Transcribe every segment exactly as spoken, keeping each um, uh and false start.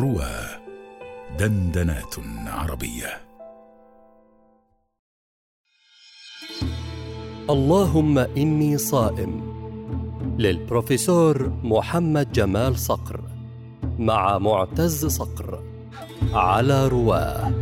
روى دندنات عربية. اللهم إني صائم للبروفيسور محمد جمال صقر مع معتز صقر على رواه.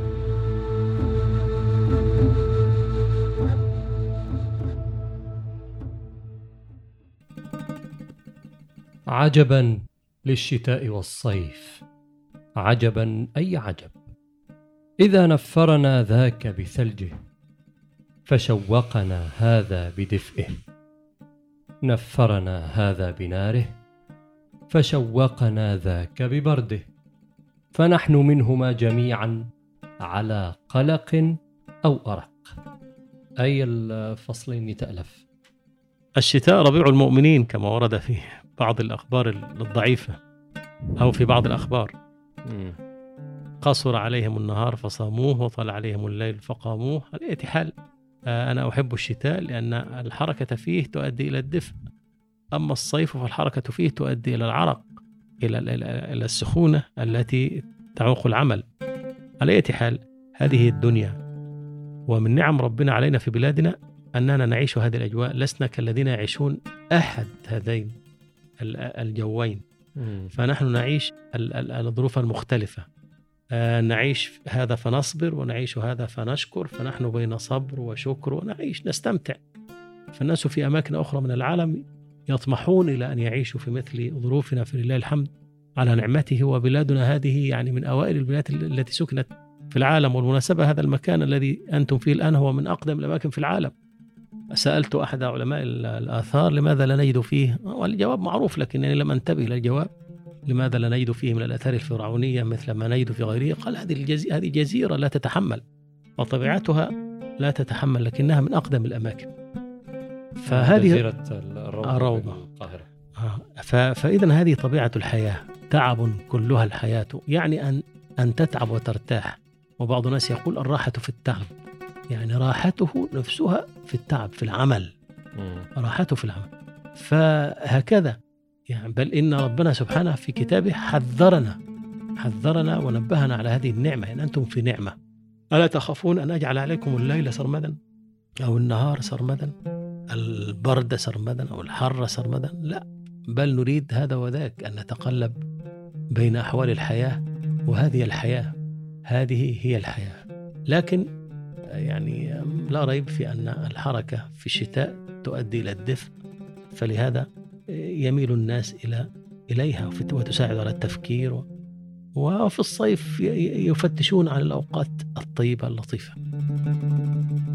عجبا للشتاء والصيف، عجبا أي عجب، إذا نفرنا ذاك بثلجه فشوقنا هذا بدفئه، نفرنا هذا بناره فشوقنا ذاك ببرده، فنحن منهما جميعا على قلق أو أرق. أي الفصلين تألف؟ الشتاء ربيع المؤمنين كما ورد في بعض الأخبار الضعيفة أو في بعض الأخبار. م. قصر عليهم النهار فصاموه وطال عليهم الليل فقاموه. على أي حال أنا أحب الشتاء لأن الحركة فيه تؤدي إلى الدفء، أما الصيف فالحركة فيه تؤدي إلى العرق، إلى إلى السخونة التي تعوق العمل. على أي حال هذه الدنيا، ومن نعم ربنا علينا في بلادنا أننا نعيش هذه الأجواء، لسنا كالذين يعيشون أحد هذين الجوين. فنحن نعيش الظروف المختلفة، نعيش هذا فنصبر ونعيش هذا فنشكر، فنحن بين صبر وشكر ونعيش نستمتع. فالناس في أماكن أخرى من العالم يطمحون إلى أن يعيشوا في مثل ظروفنا، في لله الحمد على نعمته. وبلادنا هذه يعني من أوائل البلاد التي سكنت في العالم، والمناسبة هذا المكان الذي أنتم فيه الآن هو من أقدم الأماكن في العالم. سألت أحد علماء الآثار لماذا لا نجد فيه، والجواب معروف لكنني لم أنتبه للجواب، لماذا لا نجد فيه من الآثار الفرعونية مثل ما نجد في غيره؟ قال هذه الجزيرة هذه جزيرة لا تتحمل، وطبيعتها لا تتحمل، لكنها من أقدم الأماكن. فهذه جزيرة الروضة القاهرة. فإذا هذه طبيعة الحياة، تعب كلها الحياة، يعني أن أن تتعب وترتاح. وبعض الناس يقول الراحة في التعب، يعني راحته نفسها في التعب، في العمل، راحته في العمل. فهكذا يعني، بل إن ربنا سبحانه في كتابه حذرنا حذرنا ونبهنا على هذه النعمة، إن أنتم في نعمة. ألا تخافون أن أجعل عليكم الليل سرمدا أو النهار سرمدا، البرد سرمدا أو الحر سرمدا؟ لا، بل نريد هذا وذاك، أن نتقلب بين أحوال الحياة، وهذه الحياة، هذه هي الحياة. لكن يعني لا ريب في أن الحركة في الشتاء تؤدي إلى الدفء، فلهذا يميل الناس إلى إليها وتساعد على التفكير. وفي الصيف يفتشون عن الأوقات الطيبة اللطيفة.